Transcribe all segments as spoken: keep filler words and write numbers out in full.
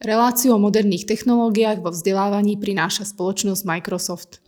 Reláciu o moderných technológiách vo vzdelávaní prináša spoločnosť Microsoft.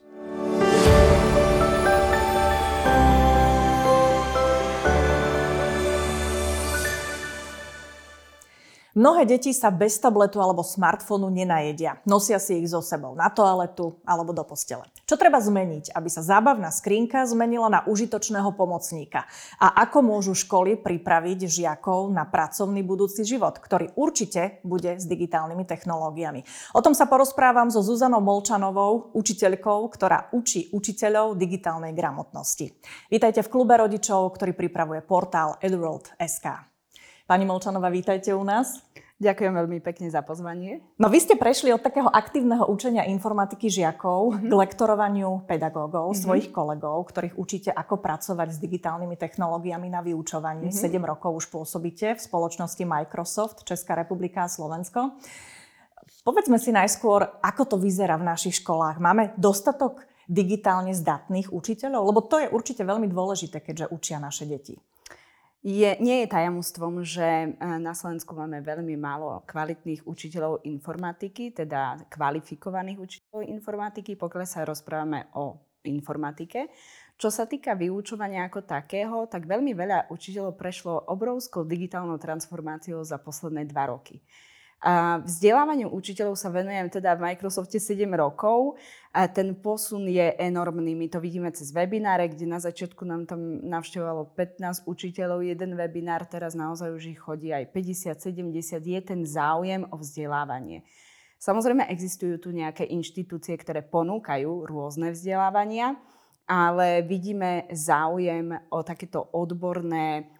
Mnohé deti sa bez tabletu alebo smartfónu nenajedia. Nosia si ich so sebou na toaletu alebo do postele. Čo treba zmeniť, aby sa zábavná skrinka zmenila na užitočného pomocníka? A ako môžu školy pripraviť žiakov na pracovný budúci život, ktorý určite bude s digitálnymi technológiami? O tom sa porozprávam so Zuzanou Molčanovou, učiteľkou, ktorá učí učiteľov digitálnej gramotnosti. Vítajte v klube rodičov, ktorý pripravuje portál edworld bodka es ká. Pani Molčanová, vítajte u nás. Ďakujem veľmi pekne za pozvanie. No vy ste prešli od takého aktívneho učenia informatiky žiakov mm-hmm. k lektorovaniu pedagógov, mm-hmm. svojich kolegov, ktorých učíte, ako pracovať s digitálnymi technológiami na vyučovaní. Mm-hmm. sedem rokov už pôsobíte v spoločnosti Microsoft, Česká republika a Slovensko. Povedzme si najskôr, ako to vyzerá v našich školách. Máme dostatok digitálne zdatných učiteľov? Lebo to je určite veľmi dôležité, keďže učia naše deti. Je, nie je tajomstvom, že na Slovensku máme veľmi málo kvalitných učiteľov informatiky, teda kvalifikovaných učiteľov informatiky, pokiaľ sa rozprávame o informatike. Čo sa týka vyučovania ako takého, tak veľmi veľa učiteľov prešlo obrovskou digitálnou transformáciou za posledné dva roky. A vzdelávaniu učiteľov sa venujem teda v Microsofte sedem rokov a ten posun je enormný. My to vidíme cez webináre, kde na začiatku nám tam navštevovalo pätnásť učiteľov jeden webinár, teraz naozaj už ich chodí aj päťdesiat sedemdesiat, je ten záujem o vzdelávanie. Samozrejme existujú tu nejaké inštitúcie, ktoré ponúkajú rôzne vzdelávania, ale vidíme záujem o takéto odborné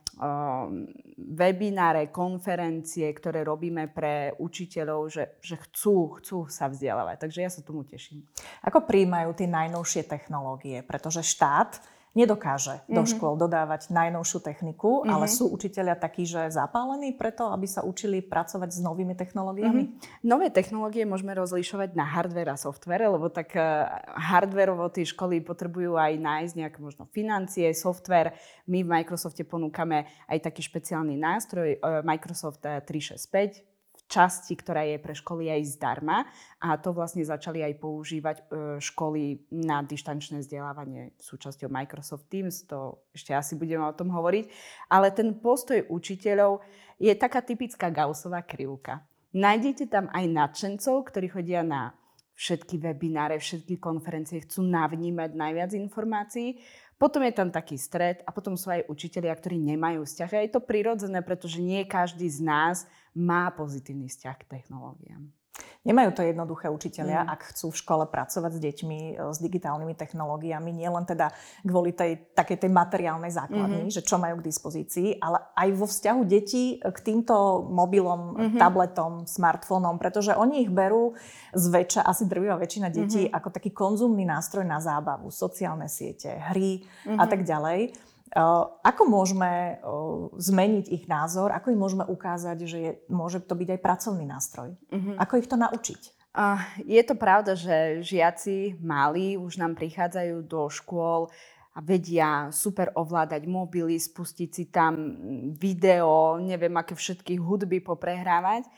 webináre, konferencie, ktoré robíme pre učiteľov, že, že chcú, chcú sa vzdelávať. Takže ja sa tomu teším. Ako prijímajú tie najnovšie technológie? Pretože štát nedokáže mm-hmm. do škôl dodávať najnovšiu techniku, mm-hmm. ale sú učitelia takí, že zapálení preto, aby sa učili pracovať s novými technológiami? Mm-hmm. Nové technológie môžeme rozlišovať na hardware a software, lebo tak hardwareovo tie školy potrebujú aj nájsť nejaké možno financie, software. My v Microsofte ponúkame aj taký špeciálny nástroj Microsoft tristošesťdesiatpäť, časti, ktorá je pre školy aj zdarma a to vlastne začali aj používať školy na dištančné vzdelávanie súčasťou Microsoft Teams, to ešte asi budeme o tom hovoriť, ale ten postoj učiteľov je taká typická Gaussová krivka. Nájdete tam aj nadšencov, ktorí chodia na všetky webináre, všetky konferencie, chcú navnímať najviac informácií. Potom je tam taký stred a potom sú aj učitelia, ktorí nemajú vzťah. A je to prirodzené, pretože nie každý z nás má pozitívny vzťah k technológiám. Nemajú to jednoduché učitelia, mm. ak chcú v škole pracovať s deťmi, s digitálnymi technológiami, nielen teda kvôli tej takej tej materiálnej základni, mm-hmm. že čo majú k dispozícii, ale aj vo vzťahu detí k týmto mobilom, mm-hmm. tabletom, smartfónom, pretože oni ich berú zväčša, asi drvivá väčšina detí, mm-hmm. ako taký konzumný nástroj na zábavu, sociálne siete, hry mm-hmm. a tak ďalej. Uh, ako môžeme uh, zmeniť ich názor? Ako im môžeme ukázať, že je, môže to byť aj pracovný nástroj? Uh-huh. Ako ich to naučiť? Uh, je to pravda, že žiaci malí už nám prichádzajú do škôl a vedia super ovládať mobily, spustiť si tam video, neviem aké všetky hudby poprehrávať.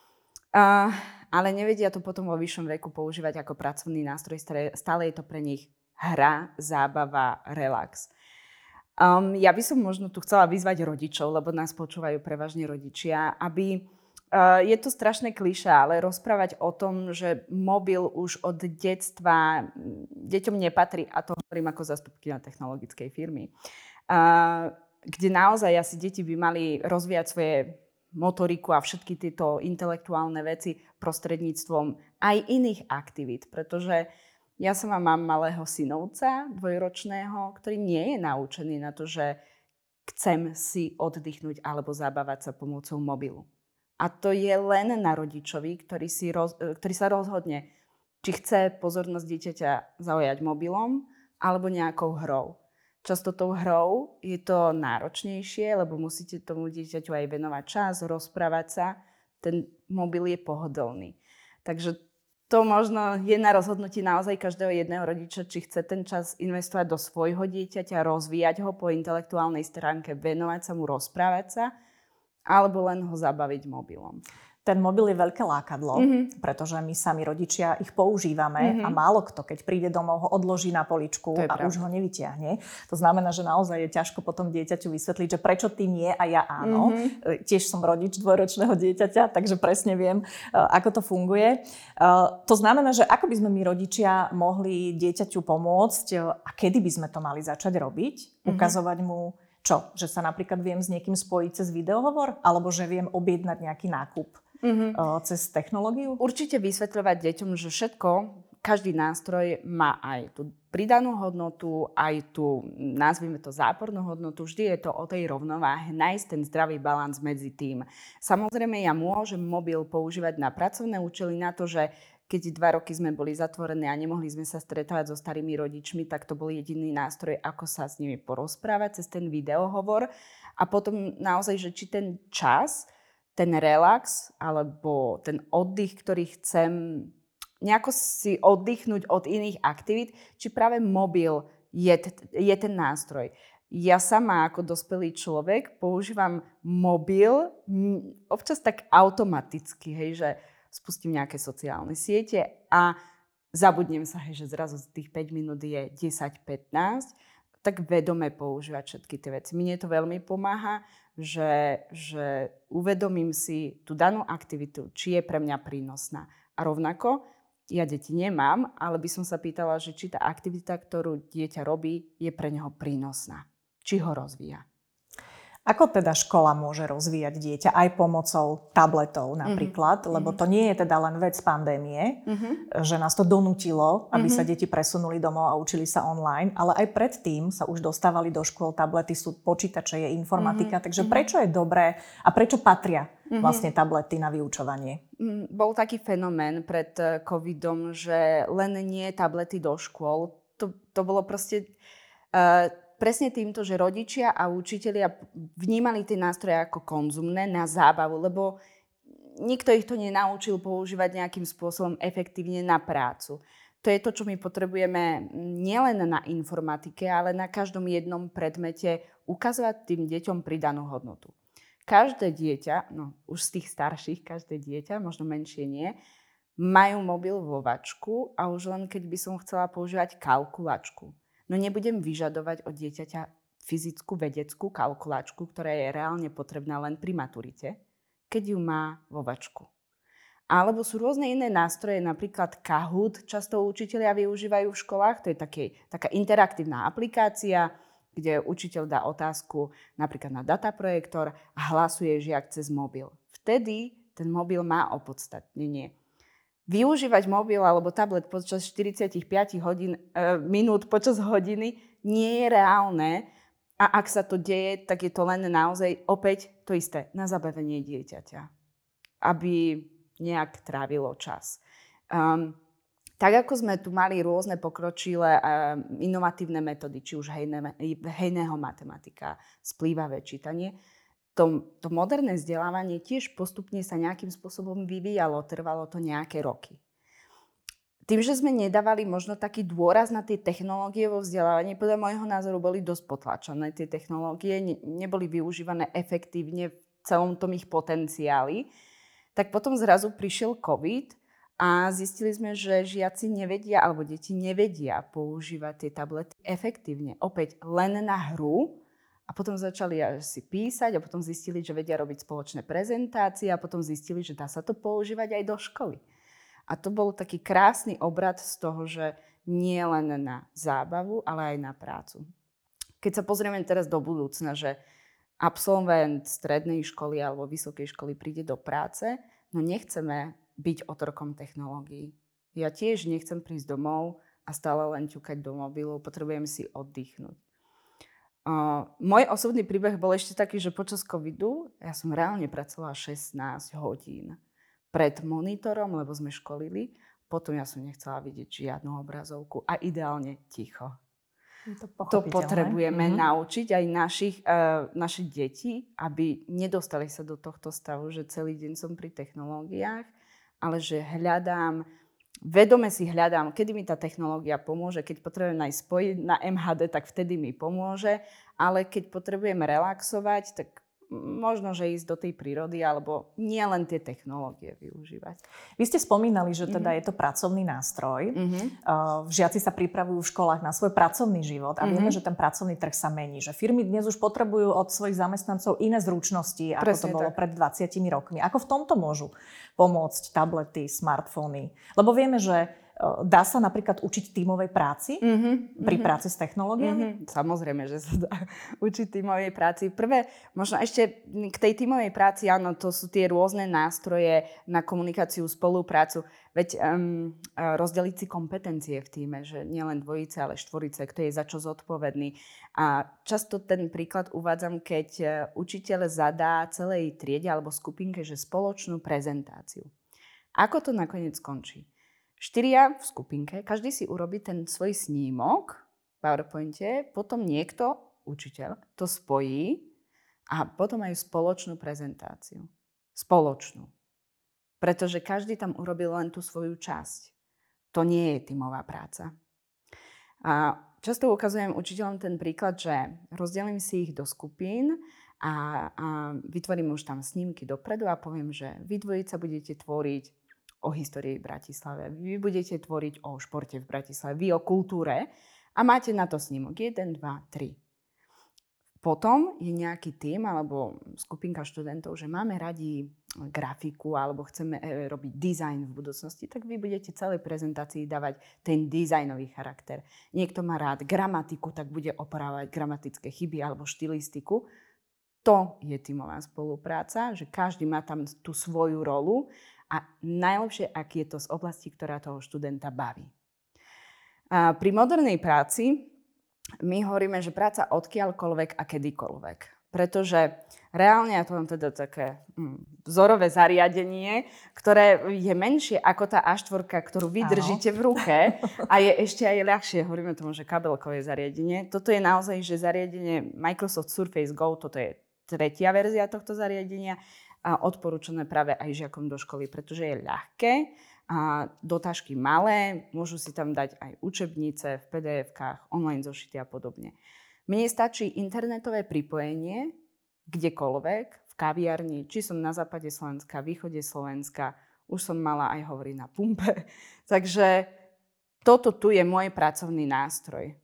Uh, ale nevedia to potom vo vyššom veku používať ako pracovný nástroj. Stále je to pre nich hra, zábava, relax. Um, ja by som možno tu chcela vyzvať rodičov, lebo nás počúvajú prevažne rodičia, aby, uh, je to strašné klišé, ale rozprávať o tom, že mobil už od detstva deťom nepatrí, a to hovorím ako zástupkyňa technologickej firmy, uh, kde naozaj asi deti by mali rozvíjať svoje motoriku a všetky tieto intelektuálne veci prostredníctvom aj iných aktivít, pretože ja sama mám malého synovca, dvojročného, ktorý nie je naučený na to, že chcem si oddychnúť alebo zabávať sa pomocou mobilu. A to je len na rodičovi, ktorý, si roz, ktorý sa rozhodne, či chce pozornosť dieťaťa zaujať mobilom alebo nejakou hrou. Často tou hrou je to náročnejšie, lebo musíte tomu dieťaťu aj venovať čas, rozprávať sa. Ten mobil je pohodlný. Takže to možno je na rozhodnutí naozaj každého jedného rodiča, či chce ten čas investovať do svojho dieťaťa, rozvíjať ho po intelektuálnej stránke, venovať sa mu, rozprávať sa, alebo len ho zabaviť mobilom. Ten mobil je veľké lákadlo, Mm-hmm. pretože my sami rodičia ich používame Mm-hmm. a málo kto, keď príde domov, ho odloží na poličku a pravda. už ho nevyťahne. To znamená, že naozaj je ťažko potom dieťaťu vysvetliť, že prečo ty nie a ja áno. Mm-hmm. Tiež som rodič dvojročného dieťaťa, takže presne viem, ako to funguje. To znamená, že ako by sme my rodičia mohli dieťaťu pomôcť a kedy by sme to mali začať robiť? Ukazovať mu čo? Že sa napríklad viem s niekým spojiť cez videohovor? Alebo že viem objednať nejaký nákup mm-hmm. cez technológiu? Určite vysvetľovať deťom, že všetko, každý nástroj má aj tú pridanú hodnotu, aj tú, nazvime to zápornú hodnotu. Vždy je to o tej rovnováhe, nájsť ten zdravý balans medzi tým. Samozrejme, ja môžem mobil používať na pracovné účely, na to, že keď dva roky sme boli zatvorení a nemohli sme sa stretávať so starými rodičmi, tak to bol jediný nástroj, ako sa s nimi porozprávať cez ten videohovor. A potom naozaj, že či ten čas, ten relax alebo ten oddych, ktorý chcem nejako si oddychnúť od iných aktivít, či práve mobil je, je ten nástroj. Ja sama ako dospelý človek používam mobil občas tak automaticky, hej, že spustím nejaké sociálne siete a zabudnem sa, hej, že zrazu z tých päť minút je desať pätnásť, tak vedome používať všetky tie veci. Mne to veľmi pomáha, že, že uvedomím si tú danú aktivitu, či je pre mňa prínosná. A rovnako, ja deti nemám, ale by som sa pýtala, že či tá aktivita, ktorú dieťa robí, je pre neho prínosná. Či ho rozvíja. Ako teda škola môže rozvíjať dieťa aj pomocou tabletov napríklad, mm-hmm. lebo to nie je teda len vec pandémie, mm-hmm. že nás to donútilo, aby mm-hmm. sa deti presunuli domov a učili sa online, ale aj predtým sa už dostávali do škôl, tablety sú počítače, je informatika, mm-hmm. takže prečo je dobré a prečo patria mm-hmm. vlastne tablety na vyučovanie? Mm, bol taký fenomén pred covidom, že len nie tablety do škôl, to, to bolo proste... Uh, Presne týmto, že rodičia a učitelia vnímali tie nástroje ako konzumné na zábavu, lebo nikto ich to nenaučil používať nejakým spôsobom efektívne na prácu. To je to, čo my potrebujeme nielen na informatike, ale na každom jednom predmete ukazovať tým deťom pridanú hodnotu. Každé dieťa, no už z tých starších, každé dieťa, možno menšie nie, majú mobil vo vačku a už len keď by som chcela používať kalkulačku. No nebudem vyžadovať od dieťaťa fyzickú vedeckú kalkulačku, ktorá je reálne potrebná len pri maturite, keď ju má vo vačku. Alebo sú rôzne iné nástroje, napríklad Kahoot, často učitelia využívajú v školách, to je taký, taká interaktívna aplikácia, kde učiteľ dá otázku napríklad na dataprojektor a hlasuje žiak cez mobil. Vtedy ten mobil má opodstatnenie. Využívať mobil alebo tablet počas štyridsaťpäť hodín, e, minút počas hodiny nie je reálne a ak sa to deje, tak je to len naozaj opäť to isté, na zabavenie dieťaťa, aby nejak trávilo čas. Um, tak ako sme tu mali rôzne pokročilé a inovatívne metódy, či už hejné, hejného matematika, splývavé čítanie, To, to moderné vzdelávanie tiež postupne sa nejakým spôsobom vyvíjalo, trvalo to nejaké roky. Tým, že sme nedávali možno taký dôraz na tie technológie vo vzdelávaní, podľa môjho názoru boli dosť potlačené tie technológie, ne, neboli využívané efektívne v celom tom ich potenciáli, tak potom zrazu prišiel COVID a zistili sme, že žiaci nevedia, alebo deti nevedia používať tie tablety efektívne. Opäť len na hru. A potom začali si písať a potom zistili, že vedia robiť spoločné prezentácie a potom zistili, že dá sa to používať aj do školy. A to bol taký krásny obrad z toho, že nie len na zábavu, ale aj na prácu. Keď sa pozrieme teraz do budúcna, že absolvent strednej školy alebo vysokej školy príde do práce, no nechceme byť otrokom technológií. Ja tiež nechcem prísť domov a stále len ťukať do mobilu, potrebujem si oddychnúť. Uh, môj osobný príbeh bol ešte taký, že počas covidu ja som reálne pracovala šestnásť hodín pred monitorom, lebo sme školili. Potom ja som nechcela vidieť žiadnu obrazovku a ideálne ticho. To, to potrebujeme mm-hmm. naučiť aj našich, uh, našich detí, aby nedostali sa do tohto stavu, že celý deň som pri technológiách, ale že hľadám Vedome si hľadám, kedy mi tá technológia pomôže. Keď potrebujem nájsť spojiť na em há dé, tak vtedy mi pomôže. Ale keď potrebujem relaxovať, tak možno, že ísť do tej prírody, alebo nie len tie technológie využívať. Vy ste spomínali, že teda Mhm. je to pracovný nástroj. Mhm. Uh, Žiaci sa pripravujú v školách na svoj pracovný život a vieme, Mhm. že ten pracovný trh sa mení. Že firmy dnes už potrebujú od svojich zamestnancov iné zručnosti, ako Presne to bolo tak. pred dvadsiatimi rokmi. Ako v tomto môžu pomôcť tablety, smartfóny? Lebo vieme, že uh, dá sa napríklad učiť tímovej práci Mhm. pri Mhm. práci s technológiami? Mhm. Samozrejme, že sa dá učiť tímovej práci. Prvé, možno ešte k tej tímovej práci, áno, to sú tie rôzne nástroje na komunikáciu, spoluprácu. Veď um, rozdeliť si kompetencie v tíme, že nielen dvojice, ale štvorice, kto je za čo zodpovedný. A často ten príklad uvádzam, keď uh, učiteľ zadá celej triede alebo skupinke, že spoločnú prezentáciu. Ako to nakoniec skončí? Štyria v skupinke, každý si urobí ten svoj snímok v PowerPointe, potom niekto, učiteľ, to spojí a potom majú spoločnú prezentáciu. Spoločnú. Pretože každý tam urobil len tú svoju časť. To nie je tímová práca. A často ukazujem učiteľom ten príklad, že rozdelím si ich do skupín a, a vytvorím už tam snímky dopredu a poviem, že vy dvojica budete tvoriť o histórii v Bratislave, vy budete tvoriť o športe v Bratislave, vy o kultúre a máte na to snímok jeden, dva, tri. Potom je nejaký tím alebo skupinka študentov, že máme radi grafiku alebo chceme e, robiť dizajn v budúcnosti, tak vy budete celej prezentácii dávať ten dizajnový charakter. Niekto má rád gramatiku, tak bude opravovať gramatické chyby alebo štilistiku. To je tímová spolupráca, že každý má tam tú svoju rolu a najlepšie, ak je to z oblasti, ktorá toho študenta baví. A pri modernej práci my hovoríme, že práca odkiaľkoľvek a kedykoľvek. Pretože reálne, ja to mám teda také hm, vzorové zariadenie, ktoré je menšie ako tá á štyri, ktorú vy držíte v ruke a je ešte aj ľahšie, hovoríme tomu, že kabelkové zariadenie. Toto je naozaj, že zariadenie Microsoft Surface Go, toto je tretia verzia tohto zariadenia a odporúčané práve aj žiakom do školy, pretože je ľahké a do tašky malé, môžu si tam dať aj učebnice v pé dé efkách, online zošity a podobne. Mne stačí internetové pripojenie kdekoľvek, v kaviarni, či som na západe Slovenska, východe Slovenska, už som mala aj hovoriť na pumpe. Takže toto tu je môj pracovný nástroj.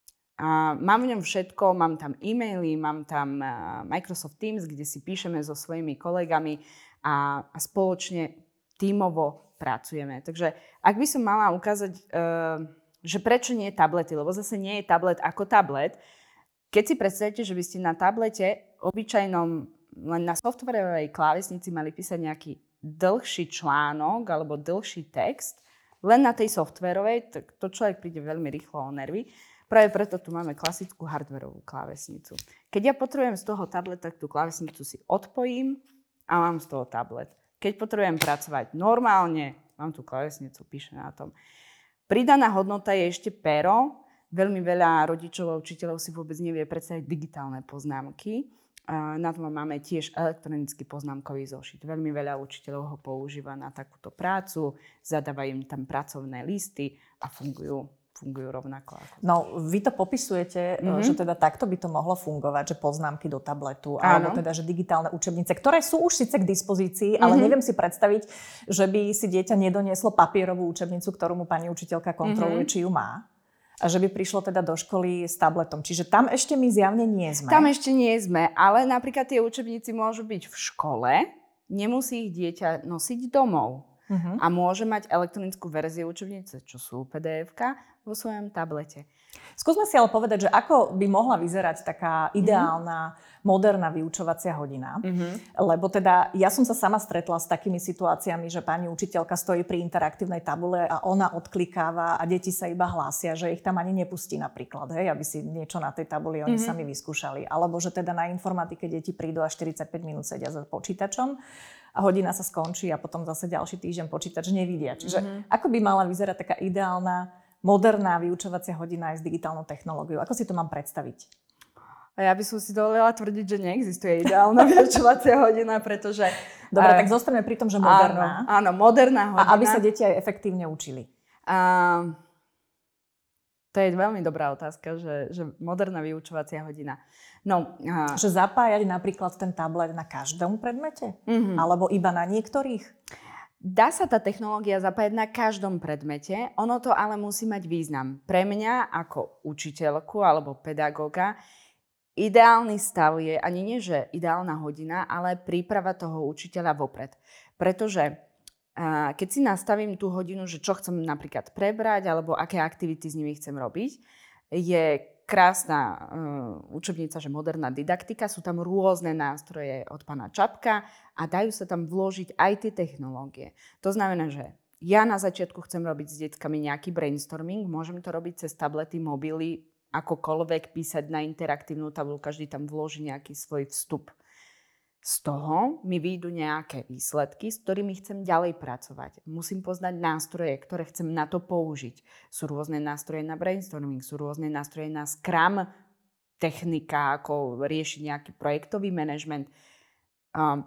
A mám v ňom všetko, mám tam e-maily, mám tam Microsoft Teams, kde si píšeme so svojimi kolegami a, a spoločne tímovo pracujeme. Takže ak by som mala ukázať, uh, že prečo nie tablety, lebo zase nie je tablet ako tablet. Keď si predstavíte, že by ste na tablete obyčajnom, len na softwarovej klávesnici mali písať nejaký dlhší článok alebo dlhší text, len na tej softwarovej, tak to človek príde veľmi rýchlo o nervy. Práve preto tu máme klasickú hardwarovú klávesnicu. Keď ja potrebujem z toho tableta, tak tú klávesnicu si odpojím a mám z toho tablet. Keď potrebujem pracovať normálne, mám tú klávesnicu, píšem na tom. Pridaná hodnota je ešte pero. Veľmi veľa rodičov a učiteľov si vôbec nevie predstaviť digitálne poznámky. Na to máme tiež elektronický poznámkový zošit. Veľmi veľa učiteľov ho používa na takúto prácu, zadávajú im tam pracovné listy a fungujú fungujú rovnako. Ako no, vy to popisujete, mm-hmm. že teda takto by to mohlo fungovať, že poznámky do tabletu, Áno. alebo teda, že digitálne učebnice, ktoré sú už síce k dispozícii, ale mm-hmm. neviem si predstaviť, že by si dieťa nedonieslo papierovú učebnicu, ktorú mu pani učiteľka kontroluje, mm-hmm. či ju má. A že by prišlo teda do školy s tabletom. Čiže tam ešte my zjavne nie sme. Tam ešte nie sme, ale napríklad tie učebnice môžu byť v škole, nemusí ich dieťa nosiť domov. Uh-huh. A môže mať elektronickú verziu učebnice, čo sú pé dé efka, vo svojom tablete. Skúsme si ale povedať, že ako by mohla vyzerať taká ideálna, uh-huh. moderná vyučovacia hodina. Uh-huh. Lebo teda ja som sa sama stretla s takými situáciami, že pani učiteľka stojí pri interaktívnej tabule a ona odklikáva a deti sa iba hlásia, že ich tam ani nepustí napríklad, hej, aby si niečo na tej tabuli oni uh-huh. sami vyskúšali. Alebo že teda na informatike deti prídu a štyridsaťpäť minút sedia za počítačom a hodina sa skončí a potom zase ďalší týždeň počítač nevidia. Čiže uh-huh. ako by mala vyzerať taká ideálna moderná vyučovacia hodina aj s digitálnou technológiou? Ako si to mám predstaviť? A ja by som si dovolila tvrdiť, že neexistuje ideálna vyučovacia hodina, pretože... Dobre, uh, tak zostaneme pri tom, že moderná. Áno, áno, moderná hodina. A aby sa deti aj efektívne učili. Uh, To je veľmi dobrá otázka, že, že moderná vyučovacia hodina. No, a... Že zapájať napríklad ten tablet na každom predmete? Mm-hmm. Alebo iba na niektorých? Dá sa tá technológia zapájať na každom predmete, ono to ale musí mať význam. Pre mňa ako učiteľku alebo pedagóga ideálny stav je ani nie, že ideálna hodina, ale príprava toho učiteľa vopred. Pretože a keď si nastavím tú hodinu, že čo chcem napríklad prebrať alebo aké aktivity s nimi chcem robiť, je krásna uh, učebnica, že moderná didaktika, sú tam rôzne nástroje od pána Čapka a dajú sa tam vložiť aj tie technológie. To znamená, že ja na začiatku chcem robiť s deckami nejaký brainstorming, môžem to robiť cez tablety, mobily, akokoľvek písať na interaktívnu tabuľu, každý tam vloží nejaký svoj vstup. Z toho mi výjdu nejaké výsledky, s ktorými chcem ďalej pracovať. Musím poznať nástroje, ktoré chcem na to použiť. Sú rôzne nástroje na brainstorming, sú rôzne nástroje na Scrum, technika, ako riešiť nejaký projektový manažment. Um,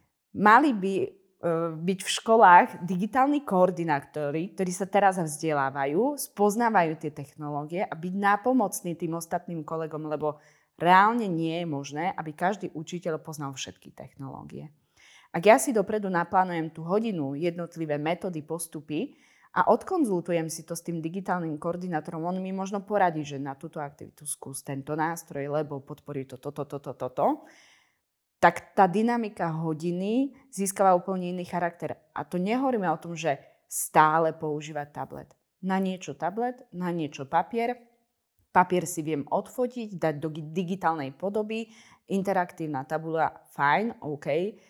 mali by uh, byť v školách digitálni koordinátori, ktorí sa teraz vzdelávajú, spoznávajú tie technológie a byť nápomocní tým ostatným kolegom, lebo reálne nie je možné, aby každý učiteľ poznal všetky technológie. Ak ja si dopredu naplánujem tú hodinu, jednotlivé metódy, postupy a odkonzultujem si to s tým digitálnym koordinátorom, on mi možno poradí, že na túto aktivitu skús tento nástroj, lebo podporí to, toto, toto, toto, to, tak tá dynamika hodiny získava úplne iný charakter. A to nehovoríme o tom, že stále používať tablet. Na niečo tablet, na niečo papier. Papier si viem odfotiť, dať do digitálnej podoby, interaktívna tabuľa, fajn, OK.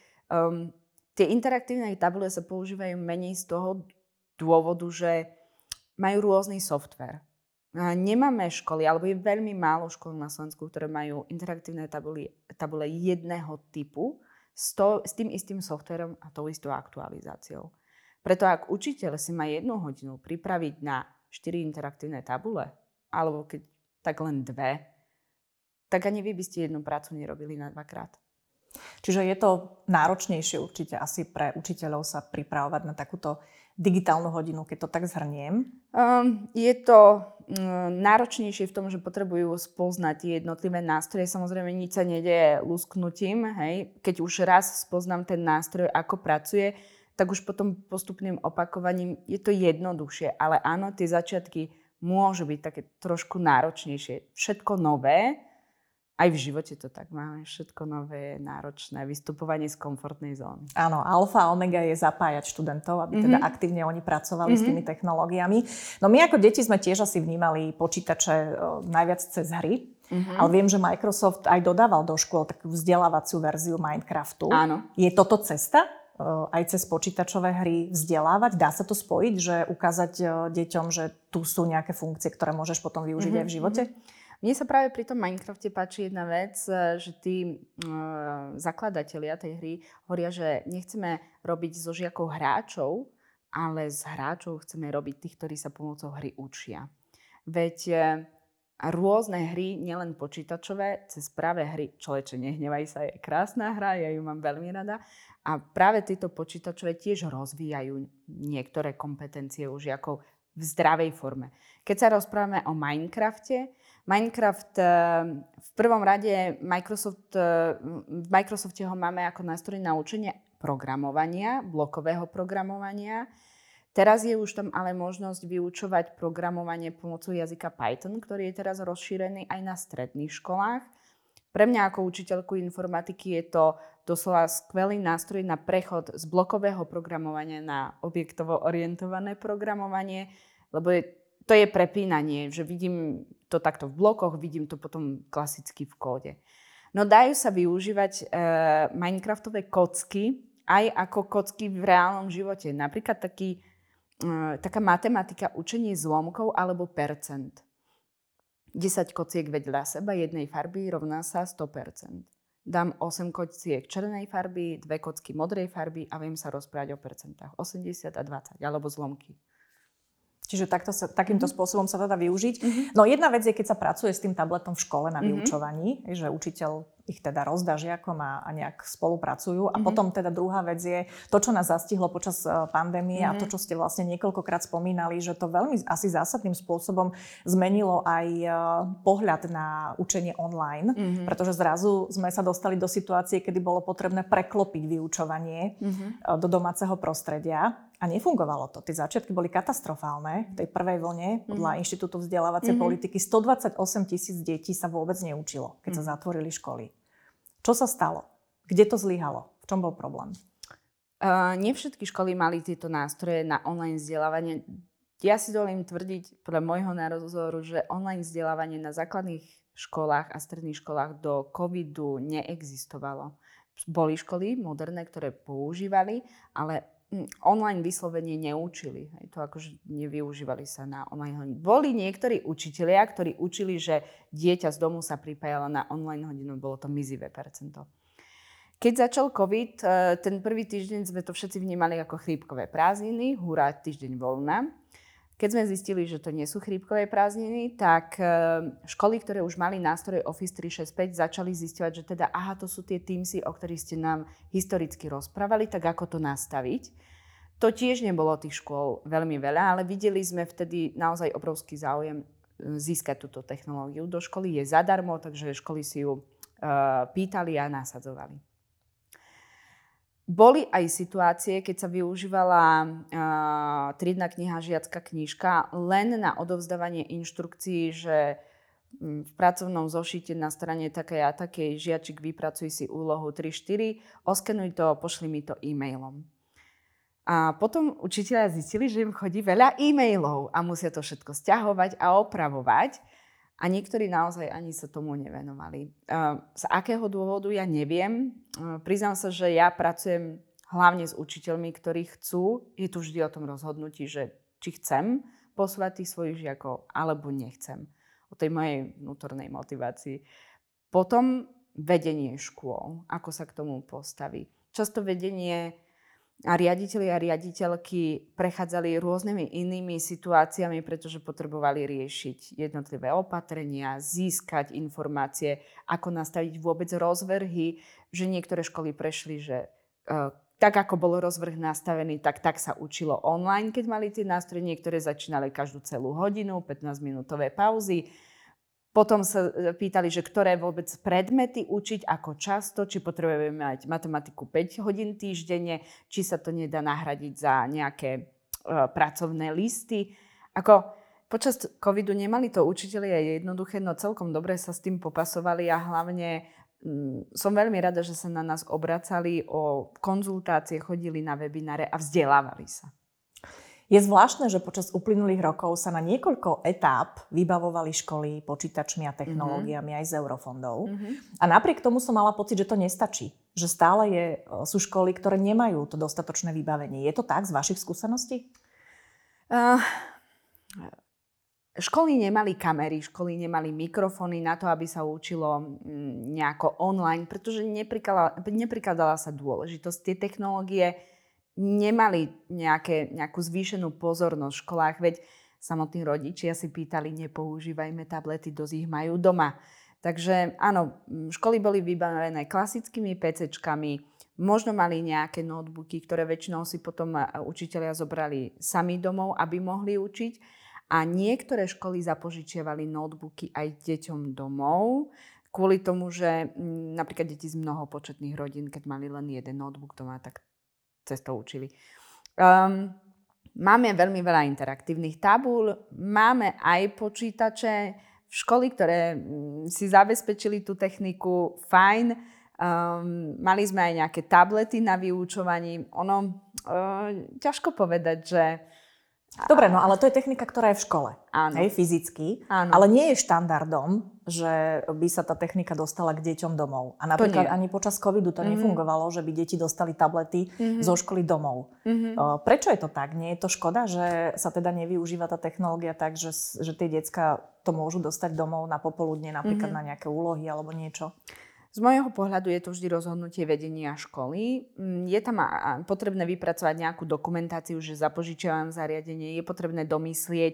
Um, tie interaktívne tabule sa používajú menej z toho dôvodu, že majú rôzny software. A nemáme školy, alebo je veľmi málo škôl na Slovensku, ktoré majú interaktívne tabule, tabule jedného typu s, to, s tým istým softverom a tou istou aktualizáciou. Preto ak učiteľ si má jednu hodinu pripraviť na štyri interaktívne tabule, alebo keď tak len dve, tak ani vy by ste jednu prácu nerobili na dvakrát. Čiže je to náročnejšie určite asi pre učiteľov sa pripravovať na takúto digitálnu hodinu, keď to tak zhrniem? Um, je to um, náročnejšie v tom, že potrebujú spoznať tie jednotlivé nástroje. Samozrejme, nič sa nedieje lusknutím. Hej. Keď už raz spoznám ten nástroj, ako pracuje, tak už potom postupným opakovaním je to jednoduchšie. Ale áno, tie začiatky môžu byť také trošku náročnejšie. Všetko nové, aj v živote to tak máme, všetko nové je náročné, vystupovanie z komfortnej zóny. Áno, alfa a omega je zapájať študentov, aby mm-hmm. teda aktívne oni pracovali mm-hmm. s tými technológiami. No my ako deti sme tiež asi vnímali počítače o, najviac cez hry, mm-hmm. ale viem, že Microsoft aj dodával do škôl takú vzdelávaciu verziu Minecraftu. Áno. Je toto cesta? Aj cez počítačové hry vzdelávať? Dá sa to spojiť, že ukázať deťom, že tu sú nejaké funkcie, ktoré môžeš potom využiť mm-hmm. aj v živote? Mne sa práve pri tom Minecrafte páči jedna vec, že tí uh, zakladatelia tej hry hovoria, že nechceme robiť zo žiakov hráčov, ale z hráčov chceme robiť tých, ktorí sa pomocou hry učia. Veď uh, rôzne hry, nielen počítačové, cez práve hry, človeče, nehnevaj sa, je krásna hra, ja ju mám veľmi rada. A práve tieto počítačové tiež rozvíjajú niektoré kompetencie u žiakov v zdravej forme. Keď sa rozprávame o Minecrafte, Minecraft v prvom rade Microsoft, v Microsofte ho máme ako nástroj na učenie programovania, blokového programovania. Teraz je už tam ale možnosť vyučovať programovanie pomocou jazyka Python, ktorý je teraz rozšírený aj na stredných školách. Pre mňa ako učiteľku informatiky je to doslova skvelý nástroj na prechod z blokového programovania na objektovo orientované programovanie, lebo je, to je prepínanie, že vidím to takto v blokoch, vidím to potom klasicky v kóde. No dajú sa využívať e, Minecraftové kocky aj ako kocky v reálnom živote. Napríklad taký, e, taká matematika, učenie zlomkov alebo percent. desať kociek vedľa seba jednej farby rovná sa sto percent. Dám osem kociek červenej farby, dve kocky modrej farby a viem sa rozprávať o percentách. osemdesiat a dvadsať, alebo zlomky. Čiže takto sa, takýmto mm-hmm. spôsobom sa to dá využiť. Mm-hmm. No jedna vec je, keď sa pracuje s tým tabletom v škole na mm-hmm. vyučovaní, že učiteľ ich teda rozdá žiakom a, a nejak spolupracujú. A Mhm. potom teda druhá vec je to, čo nás zastihlo počas uh, pandémie Mhm. a to, čo ste vlastne niekoľkokrát spomínali, že to veľmi asi zásadným spôsobom zmenilo aj uh, pohľad na učenie online, Mhm. pretože zrazu sme sa dostali do situácie, kedy bolo potrebné preklopiť vyučovanie Mhm. uh, do domáceho prostredia. A nefungovalo to. Tie začiatky boli katastrofálne. V tej prvej vlne podľa Inštitútu vzdelávacej Mhm. politiky stodvadsaťosem tisíc detí sa vôbec neučilo, keď sa zatvorili školy. Čo sa stalo? Kde to zlyhalo? V čom bol problém? Uh, nie všetky školy mali tieto nástroje na online vzdelávanie. Ja si dovolím tvrdiť podľa môjho názoru, že online vzdelávanie na základných školách a stredných školách do covidu neexistovalo. Boli školy moderné, ktoré používali, ale online vyslovene neučili. Hej, to akože nevyužívali sa na online hodiny. Boli niektorí učitelia, ktorí učili, že dieťa z domu sa pripájalo na online hodinu. Bolo to mizivé percento. Keď začal COVID, ten prvý týždeň sme to všetci vnímali ako chrípkové prázdniny. Hurá, týždeň voľna. Keď sme zistili, že to nie sú chrípkové prázdniny, tak školy, ktoré už mali nástroje Office tristošesťdesiatpäť, začali zisťovať, že teda aha, to sú tie Teamsy, o ktorých ste nám historicky rozprávali, tak ako to nastaviť. To tiež nebolo tých škôl veľmi veľa, ale videli sme vtedy naozaj obrovský záujem získať túto technológiu. Do školy je zadarmo, takže školy si ju uh, pýtali a nasadzovali. Boli aj situácie, keď sa využívala uh, triedna kniha, žiacka knižka len na odovzdávanie inštrukcií, že um, v pracovnom zošite na strane takej a takej žiačik vypracuj si úlohu tri štyri, oskenuj to, pošli mi to e-mailom. A potom učitelia zistili, že im chodí veľa e-mailov a musia to všetko sťahovať a opravovať. A niektorí naozaj ani sa tomu nevenovali. Z akého dôvodu, ja neviem. Priznám sa, že ja pracujem hlavne s učiteľmi, ktorí chcú. Je tu vždy o tom rozhodnutí, že či chcem posúvať tých svojich žiakov, alebo nechcem. O tej mojej vnútornej motivácii. Potom vedenie škôl. Ako sa k tomu postaví. Často vedenie a riaditelia a riaditeľky prechádzali rôznymi inými situáciami, pretože potrebovali riešiť jednotlivé opatrenia, získať informácie, ako nastaviť vôbec rozvrhy, že niektoré školy prešli, že uh, tak ako bol rozvrh nastavený, tak tak sa učilo online, keď mali tie nástroje. Niektoré začínali každú celú hodinu, pätnásťminútové pauzy. Potom sa pýtali, že ktoré vôbec predmety učiť, ako často, či potrebujeme mať matematiku päť hodín týždenne, či sa to nedá nahradiť za nejaké uh, pracovné listy. Ako počas covidu nemali to učitelia jednoduché, no celkom dobre sa s tým popasovali a hlavne um, som veľmi rada, že sa na nás obracali o konzultácie, chodili na webináre a vzdelávali sa. Je zvláštne, že počas uplynulých rokov sa na niekoľko etáp vybavovali školy počítačmi a technológiami mm-hmm. aj z eurofondov. Mm-hmm. A napriek tomu som mala pocit, že to nestačí. Že stále je, sú školy, ktoré nemajú to dostatočné vybavenie. Je to tak z vašich skúseností? Uh, školy nemali kamery, školy nemali mikrofóny na to, aby sa učilo nejako online, pretože neprikladala, neprikladala sa dôležitosť. Tie technológie nemali nejaké, nejakú zvýšenú pozornosť v školách, veď samotní rodičia si pýtali, nepoužívajme tablety, dosť ich majú doma. Takže áno, školy boli vybavené klasickými PCčkami, možno mali nejaké notebooky, ktoré väčšinou si potom učitelia zobrali sami domov, aby mohli učiť. A niektoré školy zapožičiavali notebooky aj deťom domov, kvôli tomu, že napríklad deti z mnohopočetných rodín, keď mali len jeden notebook doma, tak cez to učili. Um, máme veľmi veľa interaktívnych tabúľ, máme aj počítače, školy, ktoré um, si zabezpečili tú techniku, fajn. Um, mali sme aj nejaké tablety na vyučovaní. Ono, uh, ťažko povedať, že Dobre, no ale to je technika, ktorá je v škole, áno. Hej, fyzicky, Áno. ale nie je štandardom, že by sa tá technika dostala k deťom domov. A napríklad ani počas covidu to mm-hmm. nefungovalo, že by deti dostali tablety mm-hmm. zo školy domov. Mm-hmm. Prečo je to tak? Nie je to škoda, že sa teda nevyužíva tá technológia tak, že, že tie decká to môžu dostať domov na popoludne, napríklad mm-hmm. na nejaké úlohy alebo niečo? Z môjho pohľadu je to vždy rozhodnutie vedenia školy. Je tam potrebné vypracovať nejakú dokumentáciu, že zapožičiavam zariadenie, je potrebné domyslieť,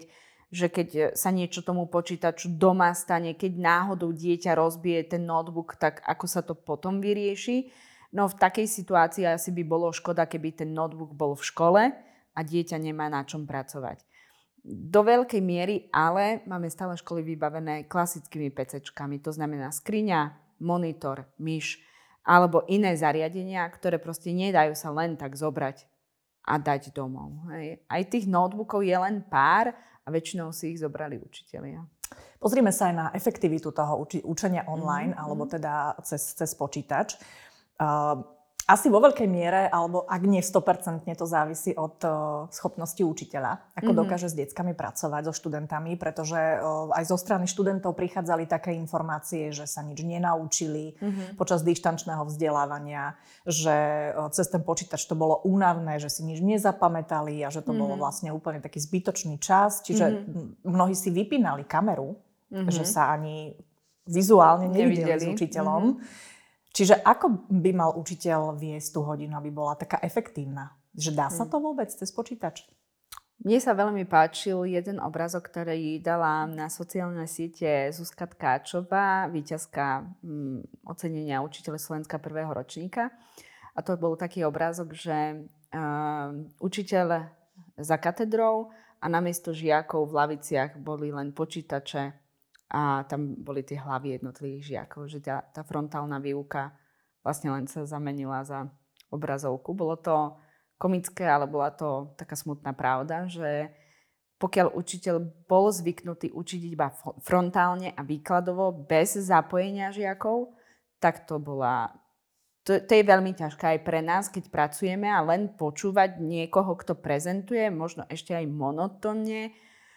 že keď sa niečo tomu počítaču doma stane, keď náhodou dieťa rozbije ten notebook, tak ako sa to potom vyrieši. No v takej situácii asi by bolo škoda, keby ten notebook bol v škole a dieťa nemá na čom pracovať. Do veľkej miery ale máme stále školy vybavené klasickými pecečkami, to znamená skriňa, monitor, myš alebo iné zariadenia, ktoré proste nedajú sa len tak zobrať a dať domov. Hej. Aj tých notebookov je len pár a väčšinou si ich zobrali učitelia. Pozrime sa aj na efektivitu toho uči- učenia online, Mm-hmm. alebo teda cez, cez počítač. Uh, asi vo veľkej miere, alebo ak nie sto percent to závisí od uh, schopnosti učiteľa, ako Mm-hmm. dokáže s deckami pracovať, so študentami, pretože uh, aj zo strany študentov prichádzali také informácie, že sa nič nenaučili mm-hmm. počas dištančného vzdelávania, že uh, cez ten počítač to bolo únavné, že si nič nezapamätali a že to mm-hmm. bolo vlastne úplne taký zbytočný čas. Čiže mm-hmm. mnohí si vypínali kameru, mm-hmm. že sa ani vizuálne nevideli, nevideli. s učiteľom. Mm-hmm. Čiže ako by mal učiteľ viesť tú hodinu, aby bola taká efektívna? Že dá sa to vôbec cez počítač? Mne sa veľmi páčil jeden obrazok, ktorý dala na sociálne siete Zuzka Tkáčová, víťazka um, ocenenia učiteľa Slovenska prvého ročníka. A to bol taký obrázok, že uh, učiteľ za katedrou a namiesto žiakov v laviciach boli len počítače a tam boli tie hlavy jednotlivých žiakov, že tá, tá frontálna výuka vlastne len sa zamenila za obrazovku. Bolo to komické, ale bola to taká smutná pravda, že pokiaľ učiteľ bol zvyknutý učiť iba frontálne a výkladovo bez zapojenia žiakov, tak to bola... To, to je veľmi ťažké aj pre nás, keď pracujeme a len počúvať niekoho, kto prezentuje, možno ešte aj monotónne.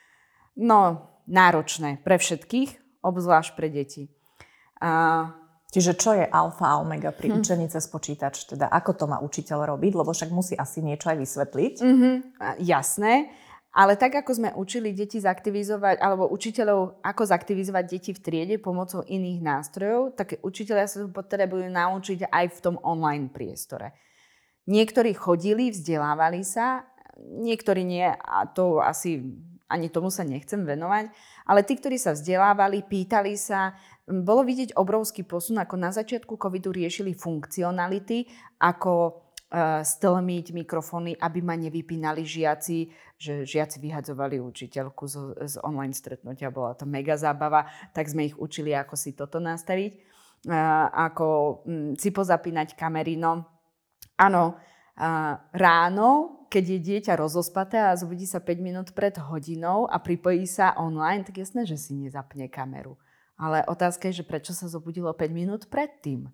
No... náročné pre všetkých, obzvlášť pre deti. A... Čiže čo je alfa a omega pri hm. učení cez počítač? Teda ako to má učiteľ robiť? Lebo však musí asi niečo aj vysvetliť. Mm-hmm. Jasné. Ale tak, ako sme učili deti zaktivizovať, alebo učiteľov, ako zaktivizovať deti v triede pomocou iných nástrojov, tak učiteľia sa potrebujú naučiť aj v tom online priestore. Niektorí chodili, vzdelávali sa, niektorí nie, a to asi... ani tomu sa nechcem venovať, ale tí, ktorí sa vzdelávali, pýtali sa, bolo vidieť obrovský posun, ako na začiatku covidu riešili funkcionality, ako uh, stlmiť mikrofóny, aby ma nevypínali žiaci, že žiaci vyhadzovali učiteľku z, z online stretnutia, bola to mega zábava, tak sme ich učili, ako si toto nastaviť, uh, ako um, si pozapínať kamery. No, áno, uh, ráno, keď je dieťa rozospaté a zobudí sa päť minút pred hodinou a pripojí sa online, tak jasné, že si nezapne kameru. Ale otázka je, že prečo sa zobudilo päť minút predtým?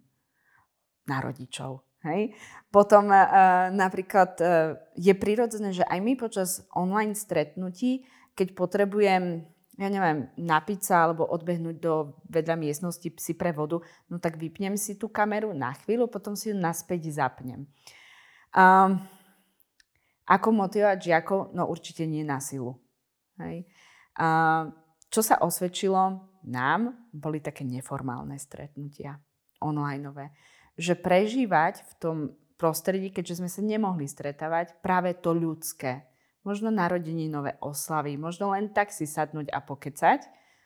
Na rodičov. Hej? Potom e, napríklad e, je prirodzené, že aj my počas online stretnutí, keď potrebujem, ja neviem, napiť sa alebo odbehnúť do vedľa miestnosti si pre vodu, no tak vypnem si tú kameru na chvíľu, potom si ju naspäť zapnem. Um, Ako motivovať žiakov? No určite nie na silu. Hej. A čo sa osvedčilo nám, boli také neformálne stretnutia, onlineové. Že prežívať v tom prostredí, keďže sme sa nemohli stretávať, práve to ľudské. Možno narodeninové oslavy, možno len tak si sadnúť a pokecať.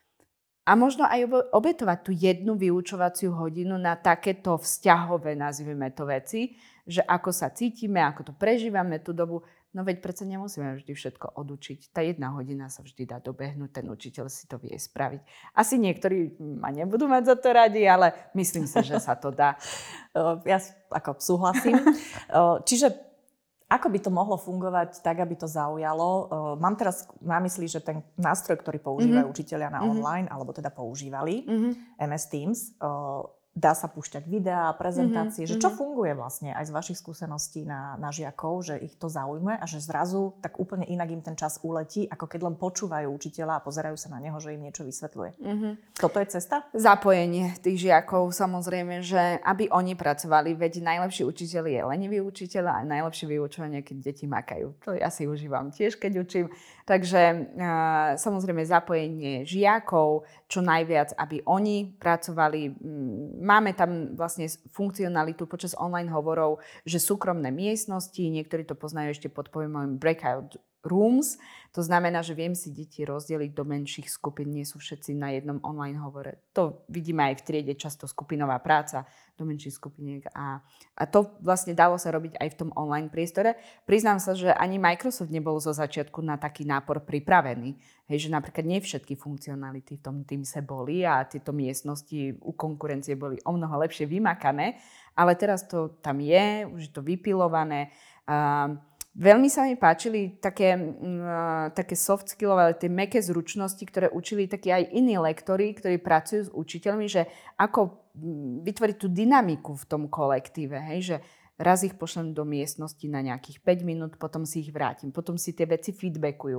A možno aj obetovať tú jednu vyučovaciu hodinu na takéto vzťahové, nazvime to veci, že ako sa cítime, ako to prežívame tú dobu. No veď predsa nemusíme vždy všetko odučiť. Tá jedna hodina sa vždy dá dobehnúť, ten učiteľ si to vie spraviť. Asi niektorí ma nebudú mať za to radi, ale myslím si, že sa to dá. Ja ako súhlasím. Čiže ako by to mohlo fungovať tak, aby to zaujalo? Mám teraz na mysli, že ten nástroj, ktorý používajú mm-hmm. učiteľia na online, mm-hmm. alebo teda používali, mm-hmm. em es Teams, dá sa púšťať videá, prezentácie, mm-hmm. že čo funguje vlastne aj z vašich skúseností na, na žiakov, že ich to zaujme a že zrazu tak úplne inak im ten čas uletí, ako keď len počúvajú učiteľa a pozerajú sa na neho, že im niečo vysvetľuje. Mm-hmm. Toto je cesta? Zapojenie tých žiakov, samozrejme, že aby oni pracovali, veď najlepší učiteľ je lenivý učiteľ a najlepšie vyučovanie, keď deti makajú. To ja si užívam tiež, keď učím. Takže uh, samozrejme zapojenie žiakov, čo najviac, aby oni pracovali. Máme tam vlastne funkcionalitu počas online hovorov, že súkromné miestnosti, niektorí to poznajú ešte pod pojmom breakout rooms. To znamená, že viem si deti rozdeliť do menších skupín, nie sú všetci na jednom online hovore. To vidíme aj v triede, často skupinová práca do menších skupiniek. A, a to vlastne dalo sa robiť aj v tom online priestore. Priznám sa, že ani Microsoft nebol zo začiatku na taký nápor pripravený. Hej, že napríklad nie všetky funkcionality v tom Teamse boli a tieto miestnosti u konkurencie boli o mnoho lepšie vymakané, ale teraz to tam je, už je to vypilované. Um, Veľmi sa mi páčili také, uh, také soft skillové, tie mäkké zručnosti, ktoré učili takí aj iní lektori, ktorí pracujú s učiteľmi, že ako vytvoriť tú dynamiku v tom kolektíve, hej, že raz ich pošlem do miestnosti na nejakých päť minút, potom si ich vrátim, potom si tie veci feedbackujú.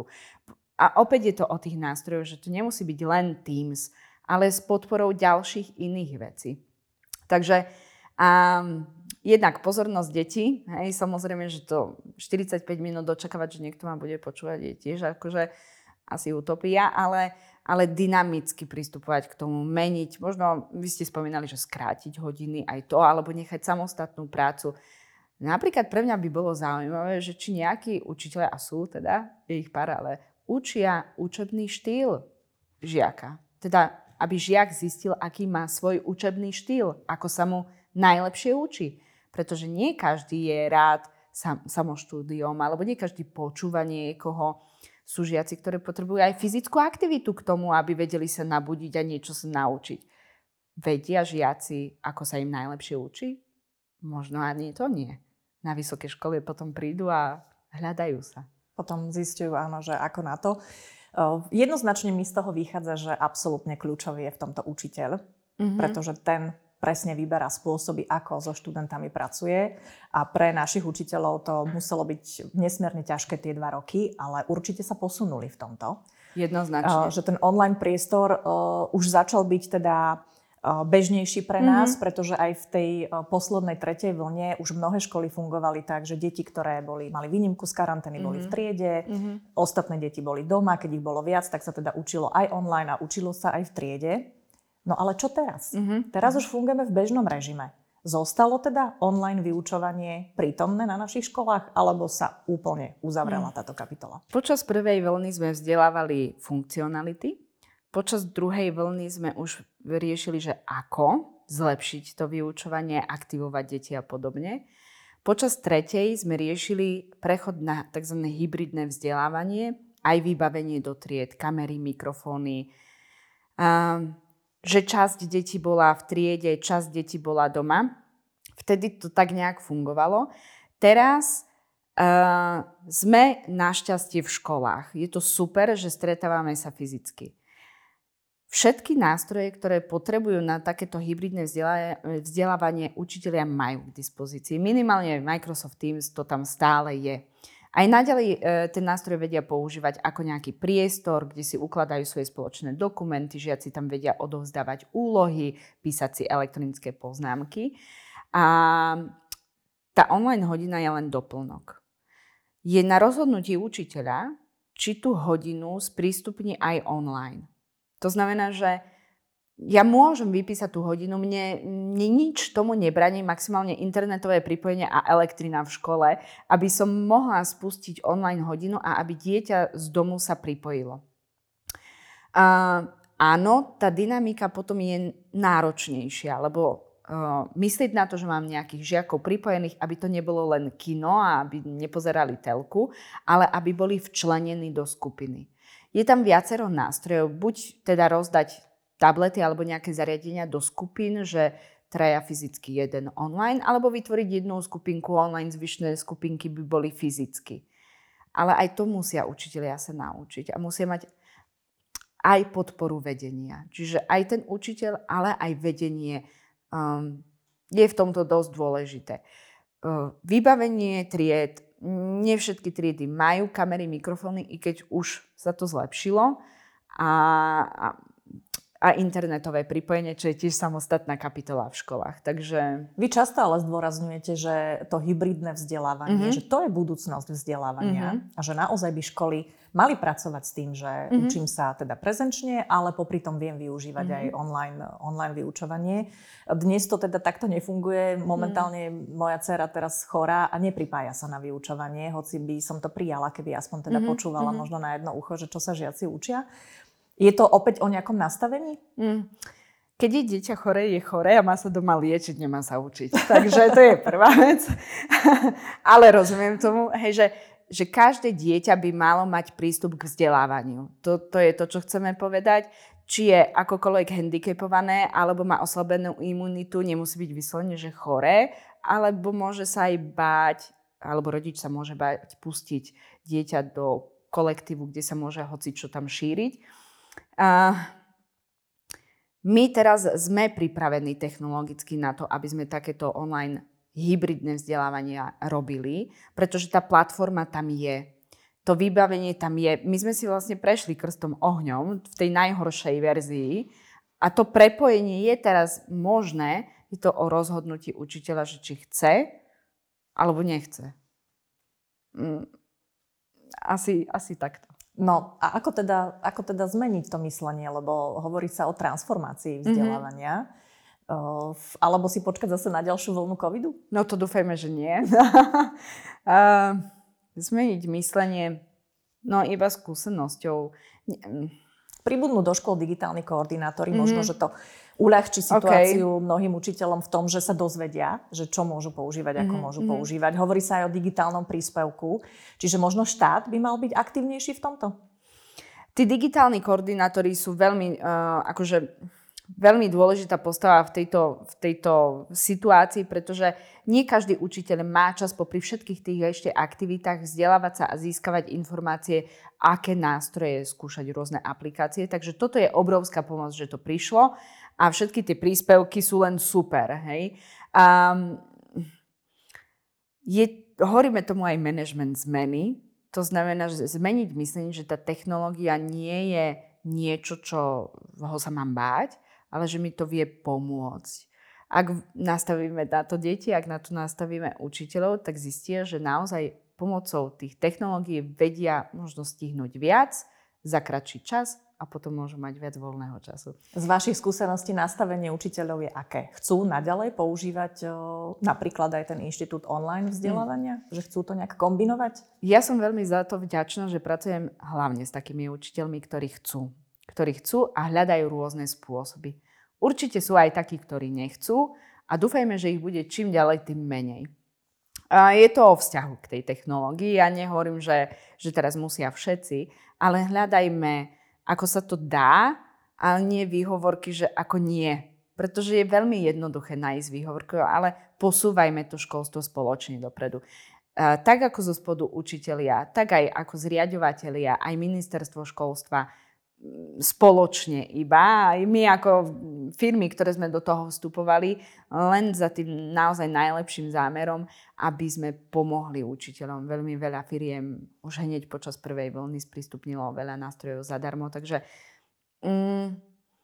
A opäť je to o tých nástrojoch, že to nemusí byť len Teams, ale s podporou ďalších iných vecí. Takže um, jednak pozornosť detí, hej, samozrejme, že to štyridsaťpäť minút očakávať, že niekto ma bude počúvať, je tiež akože asi utopia, ale, ale dynamicky pristupovať k tomu, meniť. Možno vy ste spomínali, že skrátiť hodiny aj to, alebo nechať samostatnú prácu. Napríklad pre mňa by bolo zaujímavé, že či nejakí učitelia, a sú teda, je ich pár, ale učia učebný štýl žiaka. Teda, aby žiak zistil, aký má svoj učebný štýl, ako sa mu najlepšie učí. Pretože nie každý je rád sam, samoštúdiom, alebo nie každý počúva niekoho. Sú žiaci, ktorí potrebujú aj fyzickú aktivitu k tomu, aby vedeli sa nabudiť a niečo sa naučiť. Vedia žiaci, ako sa im najlepšie učí? Možno ani to nie. Na vysoké školy potom prídu a hľadajú sa. Potom zistujú, áno, že ako na to. Jednoznačne mi z toho vychádza, že absolútne kľúčový je v tomto učiteľ, mm-hmm. pretože ten presne vyberá spôsoby, ako so študentami pracuje. A pre našich učiteľov to muselo byť nesmierne ťažké tie dva roky, ale určite sa posunuli v tomto. Jednoznačne. Že ten online priestor uh, už začal byť teda uh, bežnejší pre nás, mm-hmm. pretože aj v tej uh, poslednej tretej vlne už mnohé školy fungovali tak, že deti, ktoré boli, mali výnimku z karantény, mm-hmm. boli v triede, mm-hmm. ostatné deti boli doma, keď ich bolo viac, tak sa teda učilo aj online a učilo sa aj v triede. No ale čo teraz? Mm-hmm. Teraz už fungujeme v bežnom režime. Zostalo teda online vyučovanie prítomné na našich školách, alebo sa úplne uzavrela mm. táto kapitola? Počas prvej vlny sme vzdelávali funkcionality. Počas druhej vlny sme už riešili, že ako zlepšiť to vyučovanie, aktivovať deti a podobne. Počas tretej sme riešili prechod na tzv. Hybridné vzdelávanie, aj vybavenie do tried, kamery, mikrofóny. Um, že časť detí bola v triede, časť detí bola doma. Vtedy to tak nejak fungovalo. Teraz uh, sme našťastie v školách. Je to super, že stretávame sa fyzicky. Všetky nástroje, ktoré potrebujú na takéto hybridné vzdelávanie, učitelia majú k dispozícii. Minimálne Microsoft Teams to tam stále je. Aj naďalej e, ten nástroj vedia používať ako nejaký priestor, kde si ukladajú svoje spoločné dokumenty, žiaci tam vedia odovzdávať úlohy, písať si elektronické poznámky. A tá online hodina je len doplnok. Je na rozhodnutí učiteľa, či tú hodinu sprístupní aj online. To znamená, že ja môžem vypísať tú hodinu, mne, mne nič tomu nebraní, maximálne internetové pripojenie a elektrina v škole, aby som mohla spustiť online hodinu a aby dieťa z domu sa pripojilo. Uh, áno, tá dynamika potom je náročnejšia, lebo uh, myslieť na to, že mám nejakých žiakov pripojených, aby to nebolo len kino a aby nepozerali telku, ale aby boli včlenení do skupiny. Je tam viacero nástrojov, buď teda rozdať tablety alebo nejaké zariadenia do skupín, že traja fyzicky, jeden online, alebo vytvoriť jednu skupinku online, zvyšné skupinky by boli fyzicky. Ale aj to musia učitelia sa naučiť a musia mať aj podporu vedenia. Čiže aj ten učiteľ, ale aj vedenie um, je v tomto dosť dôležité. Uh, vybavenie tried, nie všetky triedy majú kamery, mikrofóny, i keď už sa to zlepšilo. A, a A a internetové pripojenie, čo je tiež samostatná kapitola v školách. Takže... Vy často ale zdôrazňujete, že to hybridné vzdelávanie, mm-hmm. že to je budúcnosť vzdelávania mm-hmm. a že naozaj by školy mali pracovať s tým, že mm-hmm. učím sa teda prezenčne, ale popri tom viem využívať mm-hmm. aj online, online vyučovanie. Dnes to teda takto nefunguje. Momentálne mm-hmm. moja dcéra teraz chorá a nepripája sa na vyučovanie, hoci by som to prijala, keby aspoň teda mm-hmm. počúvala mm-hmm. možno na jedno ucho, že čo sa žiaci učia. Je to opäť o nejakom nastavení? Mm. Keď je dieťa choré, je choré a má sa doma liečiť, nemá sa učiť. Takže to je prvá vec. Ale rozumiem tomu, hej, že, že každé dieťa by malo mať prístup k vzdelávaniu. To, to je to, čo chceme povedať. Či je akokoľvek handicapované, alebo má oslabenú imunitu, nemusí byť vyslovene, že choré, alebo môže sa aj báť, alebo rodič sa môže báť pustiť dieťa do kolektívu, kde sa môže hocičo tam šíriť. Uh, my teraz sme pripravení technologicky na to, aby sme takéto online hybridné vzdelávania robili, pretože tá platforma tam je. To vybavenie tam je. My sme si vlastne prešli krstom ohňom v tej najhoršej verzii a to prepojenie je teraz možné. Je to o rozhodnutí učiteľa, že či chce alebo nechce. Mm, asi, asi takto. No a ako teda, ako teda zmeniť to myslenie, lebo hovorí sa o transformácii vzdelávania, mm-hmm. uh, alebo si počkať zase na ďalšiu vlnu covidu? No to dúfajme, že nie. uh, zmeniť myslenie, no iba skúsenosťou. Pribudnú do škôl digitálni koordinátori, mm-hmm. možno, že to uľahčí situáciu okay. mnohým učiteľom v tom, že sa dozvedia, že čo môžu používať, ako mm-hmm. môžu používať. Hovorí sa aj o digitálnom príspevku, čiže možno štát by mal byť aktívnejší v tomto? Tí digitálni koordinátori sú veľmi, uh, akože, veľmi dôležitá postava v tejto, v tejto situácii, pretože nie každý učiteľ má čas popri všetkých tých ešte aktivitách vzdelávať sa a získavať informácie, aké nástroje skúšať, rôzne aplikácie. Takže toto je obrovská pomoc, že to prišlo. A všetky tie príspevky sú len super, hej. Um, je, hovoríme tomu aj management zmeny. To znamená, že zmeniť myslenie, že tá technológia nie je niečo, čo ho sa mám báť, ale že mi to vie pomôcť. Ak nastavíme na to deti, ak na to nastavíme učiteľov, tak zistia, že naozaj pomocou tých technológií vedia možno stihnúť viac za kratší čas a potom môžu mať viac voľného času. Z vašich skúseností nastavenie učiteľov je aké? Chcú naďalej používať o, napríklad aj ten inštitút online vzdelávania? Hmm. Že chcú to nejak kombinovať? Ja som veľmi za to vďačná, že pracujem hlavne s takými učiteľmi, ktorí chcú. Ktorí chcú a hľadajú rôzne spôsoby. Určite sú aj takí, ktorí nechcú a dúfajme, že ich bude čím ďalej, tým menej. A je to o vzťahu k tej technológii. Ja nehovorím, že, že teraz musia všetci, ale hľadajme, ako sa to dá, ale nie výhovorky, že ako nie. Pretože je veľmi jednoduché nájsť výhovorky, ale posúvajme to školstvo spoločne dopredu. A tak ako zo spodu učitelia, tak aj ako zriaďovatelia, aj ministerstvo školstva spoločne iba. Aj my ako firmy, ktoré sme do toho vstupovali, len za tým naozaj najlepším zámerom, aby sme pomohli učiteľom. Veľmi veľa firiem už hneď počas prvej vlny sprístupnilo veľa nástrojov zadarmo, takže... Mm,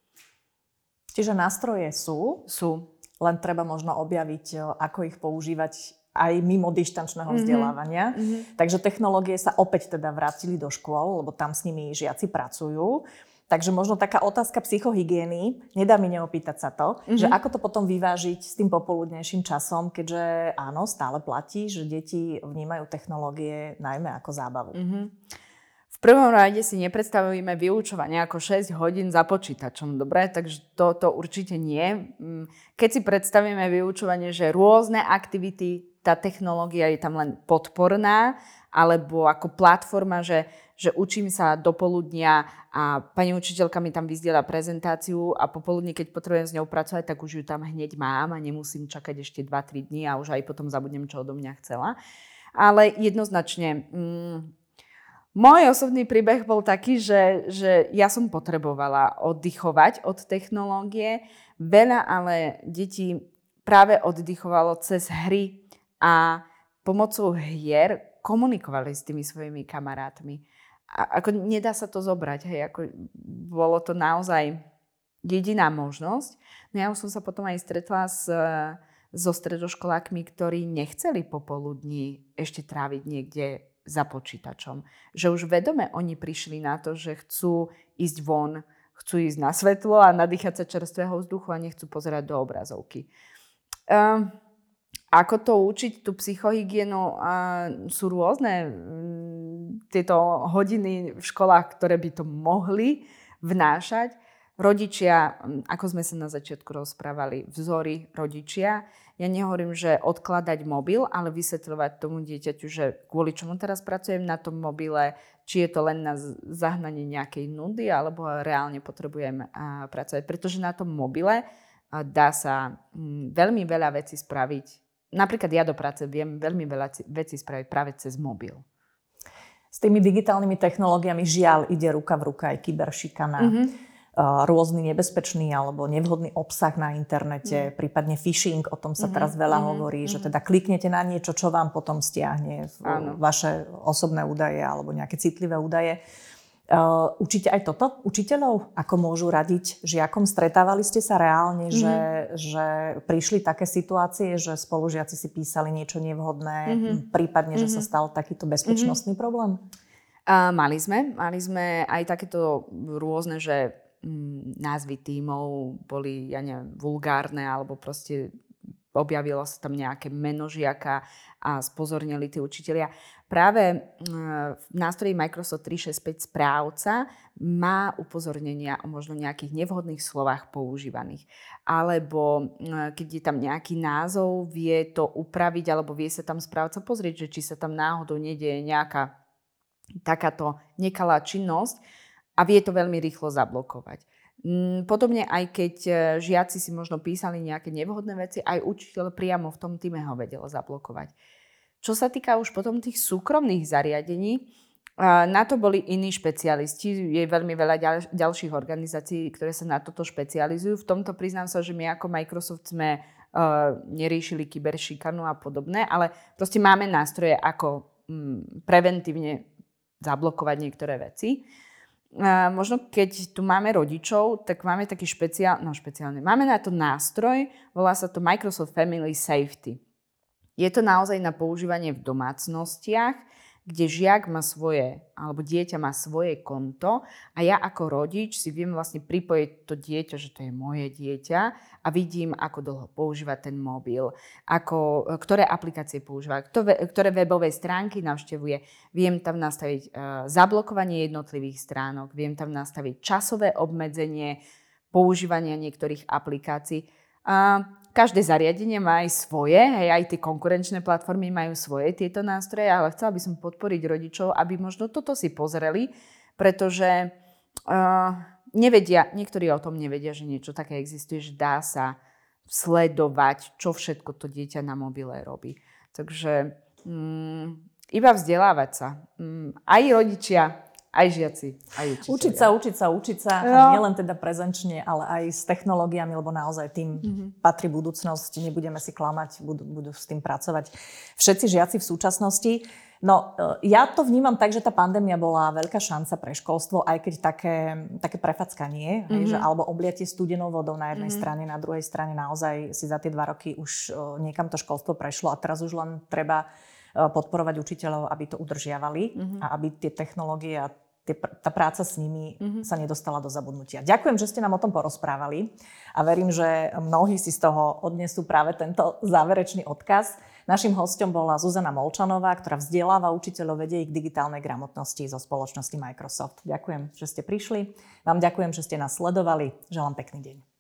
Čiže nástroje sú, sú, len treba možno objaviť, ako ich používať aj mimo dištančného vzdelávania. Mm-hmm. Takže technológie sa opäť teda vrátili do škôl, lebo tam s nimi žiaci pracujú. Takže možno taká otázka psychohygieny, nedá mi neopýtať sa to, mm-hmm. že ako to potom vyvážiť s tým popoludnejším časom, keďže áno, stále platí, že deti vnímajú technológie najmä ako zábavu. Mm-hmm. V prvom rade si nepredstavujeme vyučovanie ako šesť hodín za počítačom, dobre? Takže to, to určite nie. Keď si predstavíme vyučovanie, že rôzne aktivity, tá technológia je tam len podporná, alebo ako platforma, že, že učím sa do poludnia a pani učiteľka mi tam vyzdiela prezentáciu a popoludne, keď potrebujem s ňou pracovať, tak už ju tam hneď mám a nemusím čakať ešte dva tri dní a už aj potom zabudnem, čo odo mňa chcela. Ale jednoznačne... Mm, Môj osobný príbeh bol taký, že, že ja som potrebovala oddychovať od technológie. Veľa ale detí práve oddychovalo cez hry a pomocou hier komunikovali s tými svojimi kamarátmi. A ako nedá sa to zobrať, hej, ako bolo to naozaj jediná možnosť. No ja už som sa potom aj stretla s, so stredoškolákmi, ktorí nechceli popoludní ešte tráviť niekde za počítačom. Že už vedome oni prišli na to, že chcú ísť von, chcú ísť na svetlo a nadýchať sa čerstvého vzduchu a nechcú pozerať do obrazovky. Uh, ako to učiť, tú psychohygienu? Uh, sú rôzne um, tieto hodiny v školách, ktoré by to mohli vnášať. Rodičia, ako sme sa na začiatku rozprávali, vzory rodičia. Ja nehovorím, že odkladať mobil, ale vysvetľovať tomu dieťaťu, že kvôli čomu teraz pracujem na tom mobile, či je to len na zahnanie nejakej nudy, alebo reálne potrebujem pracovať. Pretože na tom mobile dá sa veľmi veľa vecí spraviť. Napríklad ja do práce viem veľmi veľa vecí spraviť práve cez mobil. S tými digitálnymi technológiami žiaľ ide ruka v ruka aj kyberšikana. Mm-hmm. Rôzny nebezpečný alebo nevhodný obsah na internete, mm. prípadne phishing, o tom sa mm-hmm. teraz veľa mm-hmm. hovorí, mm-hmm. že teda kliknete na niečo, čo vám potom stiahne v vaše osobné údaje alebo nejaké citlivé údaje. Uh, učíte aj toto učiteľov? Ako môžu radiť žiakom? Stretávali ste sa reálne, mm-hmm. že, že prišli také situácie, že spolužiaci si písali niečo nevhodné, mm-hmm. prípadne, že mm-hmm. sa stal takýto bezpečnostný mm-hmm. problém? Uh, mali sme. Mali sme aj takéto rôzne, že názvy tímov boli, ja neviem, vulgárne, alebo proste objavilo sa tam nejaké meno žiaka a spozornili tí učitelia. Práve v nástroji Microsoft tristošesťdesiatpäť správca má upozornenia o možno nejakých nevhodných slovách používaných. Alebo keď je tam nejaký názov, vie to upraviť, alebo vie sa tam správca pozrieť, že či sa tam náhodou nedieje nejaká takáto nekalá činnosť, a vie to veľmi rýchlo zablokovať. Podobne aj keď žiaci si možno písali nejaké nevhodné veci, aj učiteľ priamo v tom týme ho vedel zablokovať. Čo sa týka už potom tých súkromných zariadení, na to boli iní špecialisti. Je veľmi veľa ďal, ďalších organizácií, ktoré sa na toto špecializujú. V tomto priznám sa, že my ako Microsoft sme uh, neriešili kyberšikanu a podobné, ale proste máme nástroje, ako um, preventívne zablokovať niektoré veci. Uh, možno keď tu máme rodičov, tak máme taký špeciál, no špeciálny, máme na to nástroj, volá sa to Microsoft Family Safety. Je to naozaj na používanie v domácnostiach, kde žiak má svoje, alebo dieťa má svoje konto a ja ako rodič si viem vlastne pripojiť to dieťa, že to je moje dieťa a vidím, ako dlho používa ten mobil, ako, ktoré aplikácie používa, ktoré webové stránky navštevuje. Viem tam nastaviť uh, zablokovanie jednotlivých stránok, viem tam nastaviť časové obmedzenie používania niektorých aplikácií. Uh, Každé zariadenie má aj svoje, hej, aj tie konkurenčné platformy majú svoje tieto nástroje, ale chcela by som podporiť rodičov, aby možno toto si pozreli, pretože uh, nevedia, niektorí o tom nevedia, že niečo také existuje, že dá sa sledovať, čo všetko to dieťa na mobile robí. Takže um, iba vzdelávať sa. Um, aj rodičia, aj žiaci, aj učiteľia. Učiť sa, učiť sa, učiť sa. No. A nielen teda prezenčne, ale aj s technológiami, lebo naozaj tým mm-hmm. patrí budúcnosť. Nebudeme si klamať, budú, budú s tým pracovať všetci žiaci v súčasnosti. No, ja to vnímam tak, že tá pandémia bola veľká šanca pre školstvo, aj keď také, také prefackanie, mm-hmm. hej, že, alebo obliatie studenou vodou na jednej mm-hmm. strane, na druhej strane naozaj si za tie dva roky už niekam to školstvo prešlo a teraz už len treba podporovať učiteľov, aby to udržiavali mm-hmm. a aby tie technológie a tie, tá práca s nimi mm-hmm. sa nedostala do zabudnutia. Ďakujem, že ste nám o tom porozprávali a verím, že mnohí si z toho odnesú práve tento záverečný odkaz. Naším hosťom bola Zuzana Molčanová, ktorá vzdeláva učiteľov, vedie ich k digitálnej gramotnosti zo spoločnosti Microsoft. Ďakujem, že ste prišli. Vám ďakujem, že ste nás sledovali. Želám pekný deň.